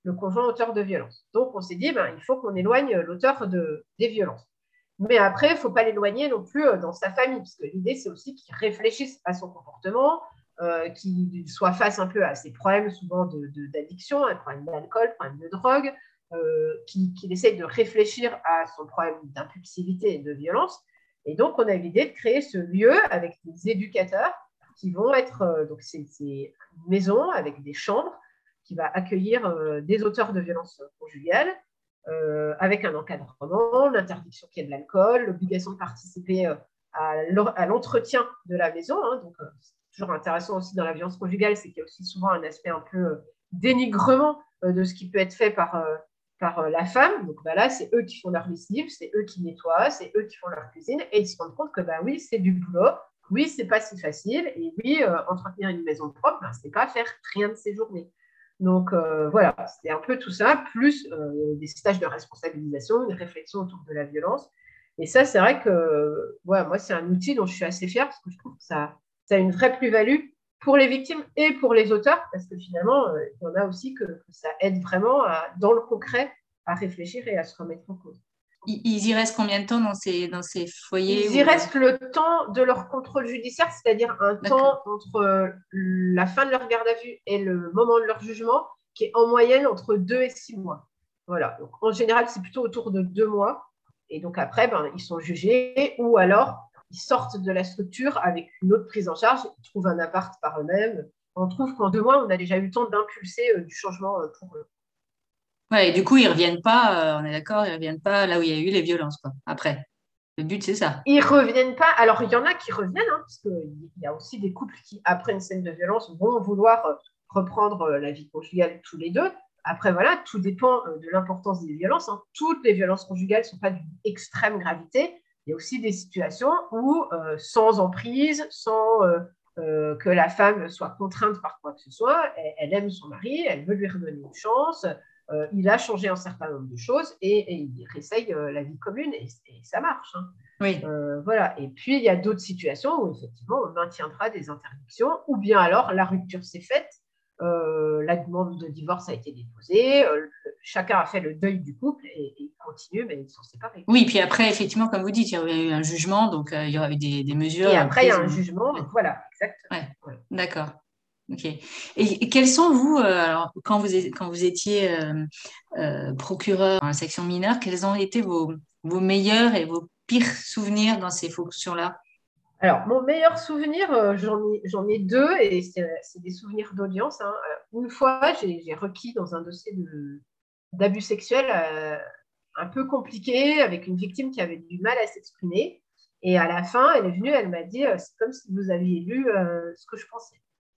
le conjoint auteur de violence. Donc, on s'est dit, ben, il faut qu'on éloigne l'auteur de, des violences. Mais après, il ne faut pas l'éloigner non plus dans sa famille, parce que l'idée, c'est aussi qu'il réfléchisse à son comportement, euh, qu'il soit face un peu à ses problèmes, souvent de, de, d'addiction, un problème d'alcool, un problème de drogue, euh, qu'il, qu'il essaye de réfléchir à son problème d'impulsivité et de violence. Et donc, on a l'idée de créer ce lieu avec des éducateurs qui vont être, euh, donc c'est, c'est une maison avec des chambres qui va accueillir euh, des auteurs de violences conjugales, Euh, avec un encadrement, l'interdiction qu'il y ait de l'alcool, l'obligation de participer euh, à, à l'entretien de la maison. Hein. Donc, euh, c'est toujours intéressant aussi dans la violence conjugale, c'est qu'il y a aussi souvent un aspect un peu euh, dénigrement euh, de ce qui peut être fait par, euh, par euh, la femme. Donc bah, là, c'est eux qui font leur lessive, c'est eux qui nettoient, c'est eux qui font leur cuisine, et ils se rendent compte que bah, oui, c'est du boulot, oui, c'est pas si facile, et oui, euh, entretenir une maison propre, bah, c'est pas faire rien de ses journées. Donc euh, voilà, c'était un peu tout ça, plus euh, des stages de responsabilisation, une réflexion autour de la violence. Et ça, c'est vrai que ouais, moi, c'est un outil dont je suis assez fière parce que je trouve que ça, ça a une vraie plus-value pour les victimes et pour les auteurs, parce que finalement, euh, il y en a aussi que, que ça aide vraiment à, dans le concret à réfléchir et à se remettre en cause.
Ils y restent combien de temps dans ces, dans ces foyers?
Ils y restent le temps de leur contrôle judiciaire, c'est-à-dire un
D'accord.
temps entre la fin de leur garde à vue et le moment de leur jugement, qui est en moyenne entre deux et six mois. Voilà. Donc, en général, c'est plutôt autour de deux mois. Et donc après, ben, ils sont jugés ou alors ils sortent de la structure avec une autre prise en charge, ils trouvent un appart par eux-mêmes. On trouve qu'en deux mois, on a déjà eu le temps d'impulser euh, du changement euh, pour eux.
Ouais, et du coup, ils reviennent pas, euh, on est d'accord, ils reviennent pas là où il y a eu les violences, quoi. Après, le but, c'est ça.
Ils reviennent pas. Alors, il y en a qui reviennent, hein, parce qu'il y a aussi des couples qui, après une scène de violence, vont vouloir euh, reprendre euh, la vie conjugale tous les deux. Après, voilà, tout dépend euh, de l'importance des violences. Hein. Toutes les violences conjugales ne sont pas d'une extrême gravité. Il y a aussi des situations où, euh, sans emprise, sans euh, euh, que la femme soit contrainte par quoi que ce soit, elle, elle aime son mari, elle veut lui redonner une chance, euh, il a changé un certain nombre de choses et, et il réessaye euh, la vie commune et, et ça marche. Hein.
Oui.
Euh, voilà. Et puis, il y a d'autres situations où, effectivement, on maintiendra des interdictions ou bien alors la rupture s'est faite, euh, la demande de divorce a été déposée, euh, chacun a fait le deuil du couple et, et il continue, mais ils sont séparés.
Oui, puis après, effectivement, comme vous dites, il y a eu un jugement, donc euh, il y aura eu des, des mesures.
Et après, il y a un
prises.
jugement.
Ouais.
Voilà, exactement.
Ouais.
Voilà.
D'accord. Ok. Et, et quels sont vous, euh, alors, quand vous, quand vous étiez euh, euh, procureur dans la section mineure, quels ont été vos, vos meilleurs et vos pires souvenirs dans ces fonctions-là?
Alors, mon meilleur souvenir, euh, j'en ai, j'en ai deux et c'est, c'est des souvenirs d'audience. Hein. Une fois, j'ai, j'ai requis dans un dossier de, d'abus sexuels euh, un peu compliqué avec une victime qui avait du mal à s'exprimer. Et à la fin, elle est venue, elle m'a dit euh, c'est comme si vous aviez lu euh, ce que je pensais.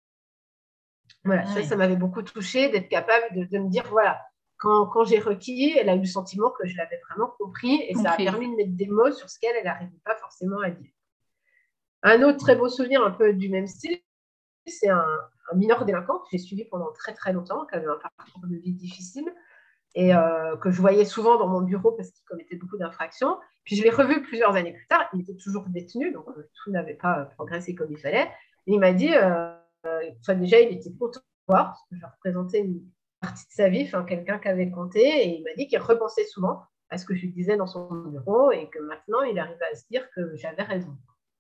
Voilà, ah ça, oui. Ça m'avait beaucoup touchée d'être capable de, de me dire voilà, quand, quand j'ai requis, elle a eu le sentiment que je l'avais vraiment compris et compris. Ça a permis de mettre des mots sur ce qu'elle n'arrivait pas forcément à dire. Un autre très beau souvenir, un peu du même style, c'est un, un mineur délinquant que j'ai suivi pendant très très longtemps, qui avait un parcours de vie difficile et euh, que je voyais souvent dans mon bureau parce qu'il commettait beaucoup d'infractions. Puis je l'ai revu plusieurs années plus tard, il était toujours détenu, donc euh, tout n'avait pas progressé comme il fallait. Et il m'a dit, euh, enfin, déjà, il était content de voir, parce que je représentais une partie de sa vie, enfin, quelqu'un qui avait compté, et il m'a dit qu'il repensait souvent à ce que je lui disais dans son bureau et que maintenant, il arrivait à se dire que j'avais raison.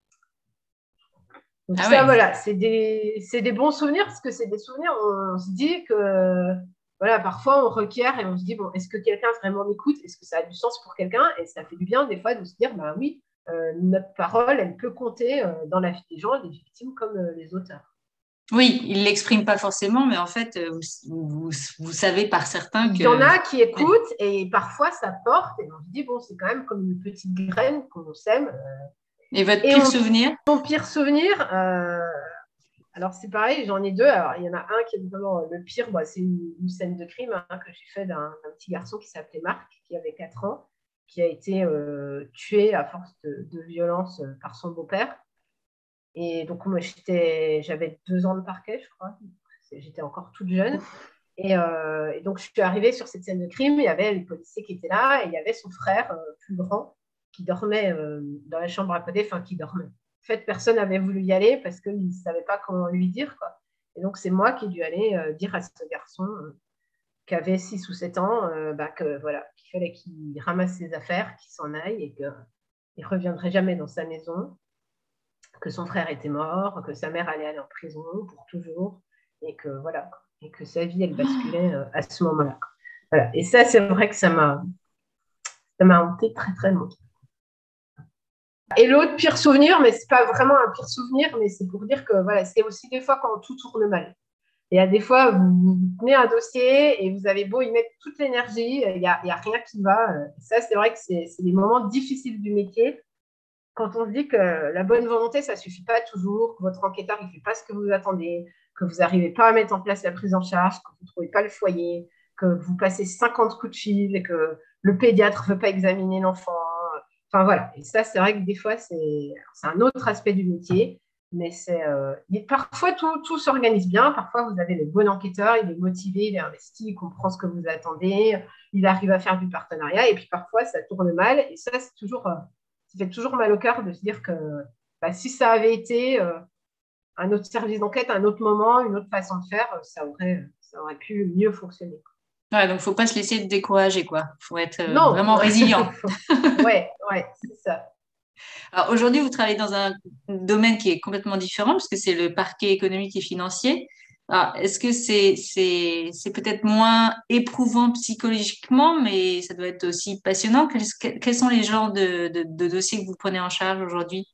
Donc ah ça, ouais. Voilà, c'est des, c'est des bons souvenirs parce que c'est des souvenirs où on se dit que, voilà, parfois on requiert et on se dit, bon, est-ce que quelqu'un vraiment m'écoute? Est-ce que ça a du sens pour quelqu'un? Et ça fait du bien des fois de se dire, bah oui, euh, notre parole, elle peut compter euh, dans la vie des gens, des victimes comme euh, les auteurs.
Oui, ils ne l'expriment pas forcément, mais en fait, vous, vous, vous savez par certains que…
Il y en a qui écoutent ouais. Et parfois ça porte et on se dit, bon, c'est quand même comme une petite graine qu'on sème. Euh,
Et votre pire et on, souvenir?
Mon pire souvenir, euh, alors c'est pareil, j'en ai deux. Alors il y en a un qui est vraiment le pire, bah, c'est une, une scène de crime hein, que j'ai fait d'un, d'un petit garçon qui s'appelait Marc, qui avait quatre ans, qui a été euh, tué à force de, de violence euh, par son beau-père. Et donc moi j'étais, j'avais deux ans de parquet, je crois. J'étais encore toute jeune. Et, euh, et donc je suis arrivée sur cette scène de crime. Il y avait les policiers qui étaient là et il y avait son frère euh, plus grand qui dormait euh, dans la chambre à côté, enfin qui dormait. En fait, personne n'avait voulu y aller parce qu'ils ne savaient pas comment lui dire, quoi. Et donc, c'est moi qui ai dû aller euh, dire à ce garçon euh, qui avait six ou sept ans, euh, bah, que, voilà, qu'il fallait qu'il ramasse ses affaires, qu'il s'en aille et qu'il ne reviendrait jamais dans sa maison, que son frère était mort, que sa mère allait aller en prison pour toujours et que, voilà, et que sa vie, elle basculait euh, à ce moment-là. Voilà. Et ça, c'est vrai que ça m'a, ça m'a hanté très, très longtemps. Et l'autre pire souvenir, mais ce n'est pas vraiment un pire souvenir, mais c'est pour dire que voilà, c'est aussi des fois quand tout tourne mal. Il y a des fois, vous, vous tenez un dossier et vous avez beau y mettre toute l'énergie, il n'y a, il y a rien qui va. Ça, c'est vrai que c'est, c'est des moments difficiles du métier. Quand on se dit que la bonne volonté, ça ne suffit pas toujours, que votre enquêteur ne fait pas ce que vous attendez, que vous n'arrivez pas à mettre en place la prise en charge, que vous ne trouvez pas le foyer, que vous passez cinquante coups de fil, que le pédiatre ne veut pas examiner l'enfant. Enfin, voilà. Et ça, c'est vrai que des fois, c'est, c'est un autre aspect du métier. Mais c'est, euh, parfois, tout, tout s'organise bien. Parfois, vous avez le bon enquêteur, il est motivé, il est investi, il comprend ce que vous attendez, il arrive à faire du partenariat. Et puis, parfois, ça tourne mal. Et ça, c'est toujours, euh, ça fait toujours mal au cœur de se dire que bah, si ça avait été euh, un autre service d'enquête, un autre moment, une autre façon de faire, ça aurait, ça aurait pu mieux fonctionner.
Ouais, donc, il ne faut pas se laisser décourager, quoi. Il faut être euh,
non,
vraiment résilient.
ouais, ouais, c'est ça.
Alors, aujourd'hui, vous travaillez dans un domaine qui est complètement différent, parce que c'est le parquet économique et financier. Alors, est-ce que c'est, c'est, c'est peut-être moins éprouvant psychologiquement, mais ça doit être aussi passionnant? Quels, quels sont les genres de, de, de dossiers que vous prenez en charge aujourd'hui?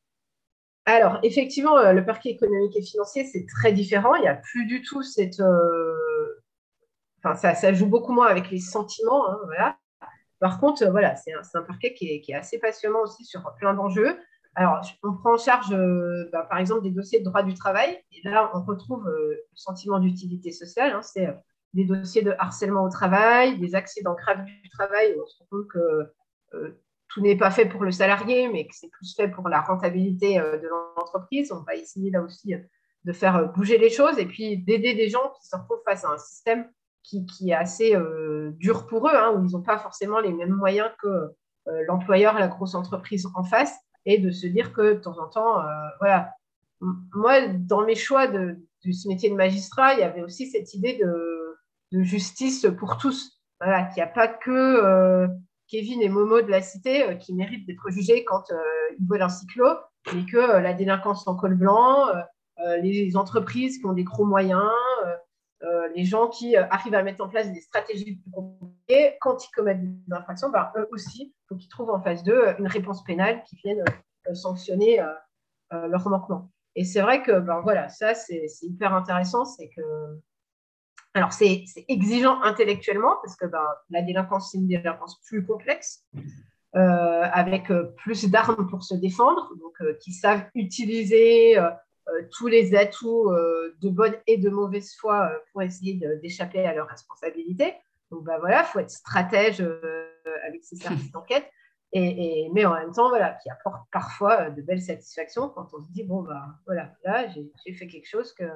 Alors, effectivement, le parquet économique et financier, c'est très différent. Il n'y a plus du tout cette... Euh... Enfin, ça, ça joue beaucoup moins avec les sentiments, hein, voilà. Par contre, euh, voilà, c'est un, c'est un parquet qui est, qui est assez passionnant aussi sur plein d'enjeux. Alors, on prend en charge, euh, bah, par exemple, des dossiers de droit du travail. Et là, on retrouve euh, le sentiment d'utilité sociale. Hein, c'est euh, des dossiers de harcèlement au travail, des accidents graves du travail. Où on se rend compte que euh, tout n'est pas fait pour le salarié, mais que c'est plus fait pour la rentabilité euh, de l'entreprise. On va essayer là aussi euh, de faire euh, bouger les choses et puis d'aider des gens qui se retrouvent face à un système qui, qui est assez euh, dur pour eux, hein, où ils n'ont pas forcément les mêmes moyens que euh, l'employeur, la grosse entreprise en face, et de se dire que de temps en temps, euh, voilà. Moi, dans mes choix de, de ce métier de magistrat, il y avait aussi cette idée de, de justice pour tous. Voilà, qu'il n'y a pas que euh, Kevin et Momo de la cité euh, qui méritent d'être jugés quand euh, ils volent un cyclo, mais que euh, la délinquance en col blanc, euh, les entreprises qui ont des gros moyens, euh, Euh, les gens qui euh, arrivent à mettre en place des stratégies plus compliquées, quand ils commettent des infractions, ben, eux aussi, il faut qu'ils trouvent en face d'eux une réponse pénale qui vienne euh, sanctionner euh, euh, leur manquement. Et c'est vrai que ben, voilà, ça, c'est, c'est hyper intéressant. C'est que... Alors, c'est, c'est exigeant intellectuellement parce que ben, la délinquance, c'est une délinquance plus complexe, euh, avec euh, plus d'armes pour se défendre, donc euh, qui savent utiliser euh, Euh, tous les atouts euh, de bonne et de mauvaise foi euh, pour essayer de, d'échapper à leurs responsabilités. Donc, bah, voilà, il faut être stratège euh, avec ces services d'enquête, et, et, mais en même temps, voilà, qui apporte parfois euh, de belles satisfactions quand on se dit, bon, bah, voilà, là, j'ai, j'ai fait quelque chose que,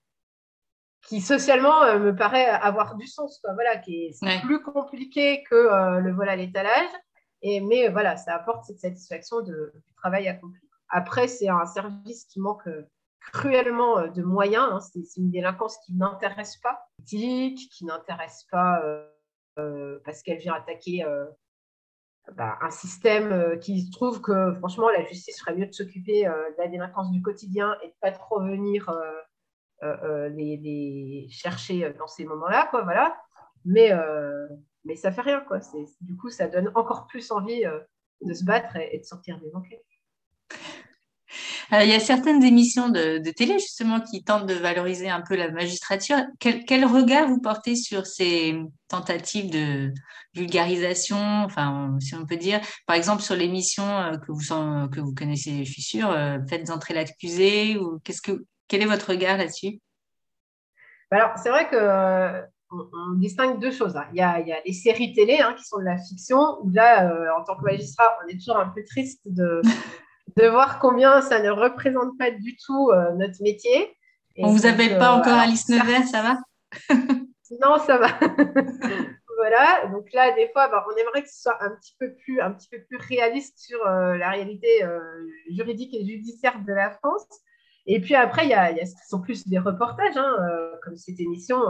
qui socialement euh, me paraît avoir du sens, quoi, voilà, qui est
Ouais.
plus compliqué que euh, le vol à l'étalage, et, mais voilà, ça apporte cette satisfaction de, du travail accompli. Après, c'est un service qui manque cruellement de moyens. Hein. C'est, c'est une délinquance qui n'intéresse pas, qui n'intéresse pas euh, euh, parce qu'elle vient attaquer euh, bah, un système euh, qui trouve que, franchement, la justice ferait mieux de s'occuper euh, de la délinquance du quotidien et de ne pas trop venir euh, euh, les, les chercher dans ces moments-là, quoi, voilà. Mais, euh, mais ça ne fait rien, quoi. C'est, du coup, ça donne encore plus envie euh, de se battre et, et de sortir des enquêtes.
Alors, il y a certaines émissions de, de télé, justement, qui tentent de valoriser un peu la magistrature. Quel, quel regard vous portez sur ces tentatives de vulgarisation, enfin, si on peut dire, par exemple, sur l'émission euh, que vous, que vous connaissez, je suis sûre, euh, Faites entrer l'accusé, ou qu'est-ce que, quel est votre regard là-dessus?
Alors, c'est vrai que euh, on, on distingue deux choses. Hein. Il y a, il y a les séries télé hein, qui sont de la fiction, où là, euh, en tant que magistrat, on est toujours un peu triste de, de voir combien ça ne représente pas du tout euh, notre métier. Et
On vous
donc,
appelle
euh,
pas encore
alors,
Alice Nevers, ça va?
non, ça va. Voilà. Donc là, des fois, bah, on aimerait que ce soit un petit peu plus, un petit peu plus réaliste sur euh, la réalité euh, juridique et judiciaire de la France. Et puis après, il y a, il y a ce qui sont plus des reportages, hein, euh, comme cette émission. Euh,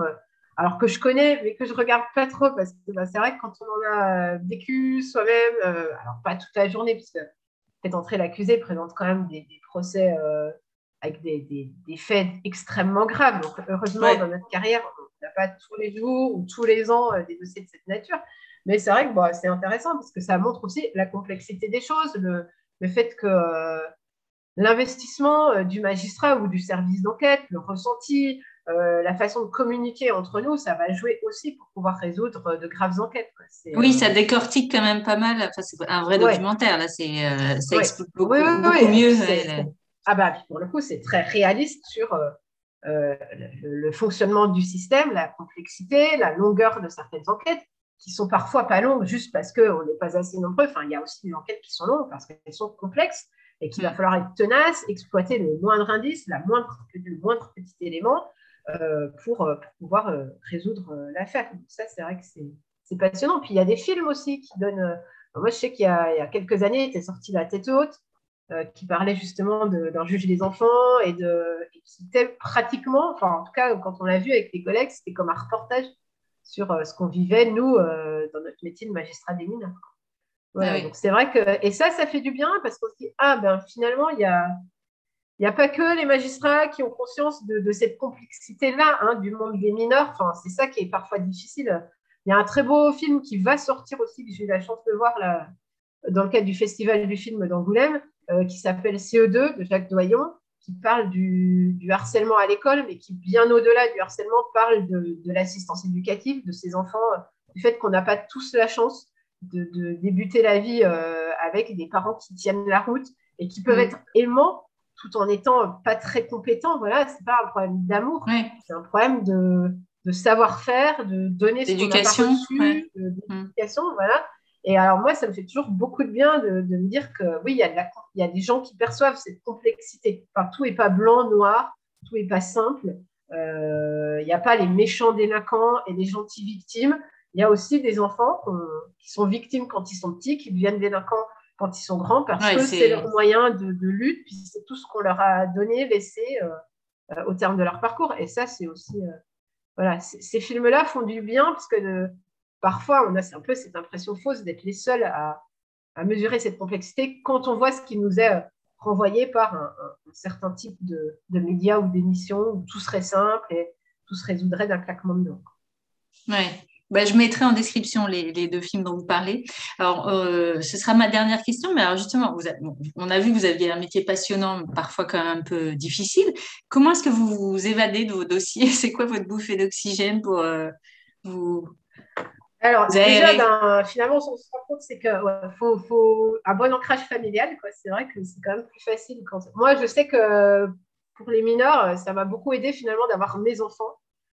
alors que je connais, mais que je ne regarde pas trop, parce que bah, c'est vrai que quand on en a vécu soi-même, euh, alors pas toute la journée, puisque peut-être entrer l'accusé présente quand même des, des procès euh, avec des, des, des faits extrêmement graves. Donc heureusement, ouais. dans notre carrière, on n'a pas tous les jours ou tous les ans euh, des dossiers de cette nature. Mais c'est vrai que bon, c'est intéressant parce que ça montre aussi la complexité des choses, le, le fait que euh, l'investissement euh, du magistrat ou du service d'enquête, le ressenti, euh, la façon de communiquer entre nous, ça va jouer aussi pour pouvoir résoudre de graves enquêtes. Quoi. C'est,
oui,
euh...
ça décortique quand même pas mal. Enfin, c'est un vrai
ouais.
documentaire, là. C'est, euh, ça
ouais.
explique beaucoup,
oui, oui,
beaucoup
oui.
mieux.
C'est,
ouais,
c'est... Ah bah, pour le coup, c'est très réaliste sur euh, euh, le, le fonctionnement du système, la complexité, la longueur de certaines enquêtes, qui sont parfois pas longues juste parce qu'on n'est pas assez nombreux. Enfin, il y a aussi des enquêtes qui sont longues parce qu'elles sont complexes et qu'il va falloir être tenace, exploiter le moindre indice, la moindre, le moindre petit élément euh, pour, pour pouvoir euh, résoudre euh, l'affaire. Donc ça, c'est vrai que c'est, c'est passionnant. Puis il y a des films aussi qui donnent... Euh, moi, je sais qu'il y a, il y a quelques années, il était sorti La Tête haute, euh, qui parlait justement de, d'un juge des enfants et, de, et qui était pratiquement, enfin en tout cas, quand on l'a vu avec les collègues, c'était comme un reportage sur euh, ce qu'on vivait, nous, euh, dans notre métier de magistrat des mineurs. Voilà, ah oui. Donc c'est vrai que... Et ça, ça fait du bien parce qu'on se dit, ah ben finalement, il n'y a, y a pas que les magistrats qui ont conscience de, de cette complexité-là, hein, du monde des mineurs. Enfin, c'est ça qui est parfois difficile. Il y a un très beau film qui va sortir aussi, que j'ai eu la chance de voir là, dans le cadre du Festival du film d'Angoulême, euh, qui s'appelle C E deux de Jacques Doyon, qui parle du, du harcèlement à l'école, mais qui, bien au-delà du harcèlement, parle de, de l'assistance éducative, de ces enfants, du fait qu'on n'a pas tous la chance de, de débuter la vie euh, avec des parents qui tiennent la route et qui peuvent mmh. être aimants tout en étant pas très compétents. Voilà, c'est pas un problème d'amour,
oui.
c'est un problème de, de savoir-faire, de donner ce qu'on n'a pas reçu,
ouais.
de, d'éducation, mmh. voilà. Et alors moi, ça me fait toujours beaucoup de bien de, de me dire que oui, il y a de la, il y a des gens qui perçoivent cette complexité. Enfin, tout n'est pas blanc, noir, tout n'est pas simple. Euh, il n'y a pas les méchants délinquants et les gentils victimes. Il y a aussi des enfants qui sont victimes quand ils sont petits, qui deviennent délinquants quand ils sont grands, parce ouais, que c'est... c'est leur moyen de, de lutte, puis c'est tout ce qu'on leur a donné, laissé euh, euh, au terme de leur parcours. Et ça, c'est aussi... Euh, voilà, c'est, ces films-là font du bien, parce que de, parfois, on a un peu cette impression fausse d'être les seuls à, à mesurer cette complexité quand on voit ce qui nous est renvoyé par un, un, un certain type de, de médias ou d'émissions où tout serait simple et tout se résoudrait d'un claquement de doigts.
Ouais. Bah, je mettrai en description les, les deux films dont vous parlez. Alors, euh, ce sera ma dernière question, mais alors justement, vous avez, bon, on a vu que vous aviez un métier passionnant, parfois quand même un peu difficile. Comment est-ce que vous vous évadez de vos dossiers ? C'est quoi votre bouffée d'oxygène pour euh, vous...
Alors, vous déjà, avez... ben, finalement, on se rend compte, c'est qu'il ouais, faut, faut un bon ancrage familial, quoi. C'est vrai que c'est quand même plus facile. Quand... Moi, je sais que pour les mineurs, ça m'a beaucoup aidé finalement d'avoir mes enfants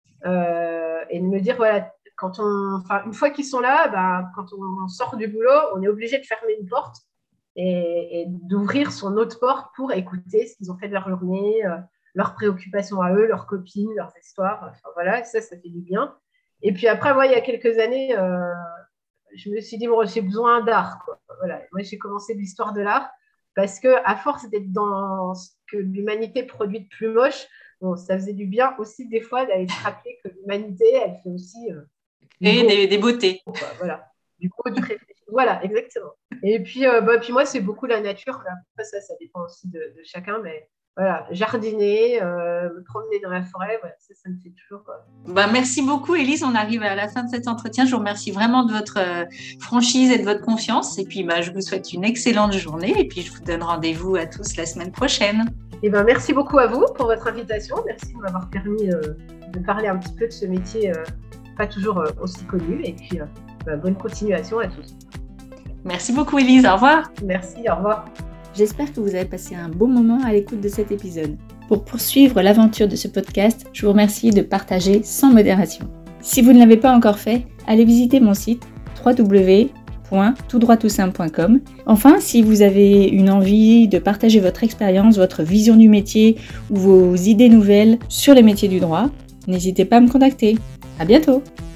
euh, et de me dire, voilà, quand on, enfin, une fois qu'ils sont là, bah, quand on sort du boulot, on est obligé de fermer une porte et, et d'ouvrir son autre porte pour écouter ce qu'ils ont fait de leur journée, euh, leurs préoccupations à eux, leurs copines, leurs histoires. Enfin, voilà, ça, ça fait du bien. Et puis après, moi, il y a quelques années, euh, je me suis dit, bon, j'ai besoin d'art, quoi. Voilà. Moi, j'ai commencé l'histoire de l'art parce qu'à force d'être dans ce que l'humanité produit de plus moche, bon, ça faisait du bien aussi des fois d'aller se rappeler que l'humanité, elle fait aussi... Euh,
Et des, des beautés.
Voilà, du coup, du réfléchir. Voilà, exactement. Et puis, euh, bah, puis moi, c'est beaucoup la nature. Après, ça, ça dépend aussi de, de chacun, mais voilà, jardiner, euh, me promener dans la forêt, voilà, ça, ça me fait toujours... Euh...
Bah, merci beaucoup, Élise. On arrive à la fin de cet entretien. Je vous remercie vraiment de votre euh, franchise et de votre confiance. Et puis, bah, je vous souhaite une excellente journée. Et puis, je vous donne rendez-vous à tous la semaine prochaine.
Et ben, merci beaucoup à vous pour votre invitation. Merci de m'avoir permis euh, de parler un petit peu de ce métier euh, pas toujours euh, aussi connu. Et puis, euh, bah, bonne continuation à tous.
Merci beaucoup, Élise. Au revoir.
Merci, au revoir.
J'espère que vous avez passé un bon moment à l'écoute de cet épisode. Pour poursuivre l'aventure de ce podcast, je vous remercie de partager sans modération. Si vous ne l'avez pas encore fait, allez visiter mon site w w w point tout droit tout simple point com. Enfin, si vous avez une envie de partager votre expérience, votre vision du métier ou vos idées nouvelles sur les métiers du droit, n'hésitez pas à me contacter. À bientôt!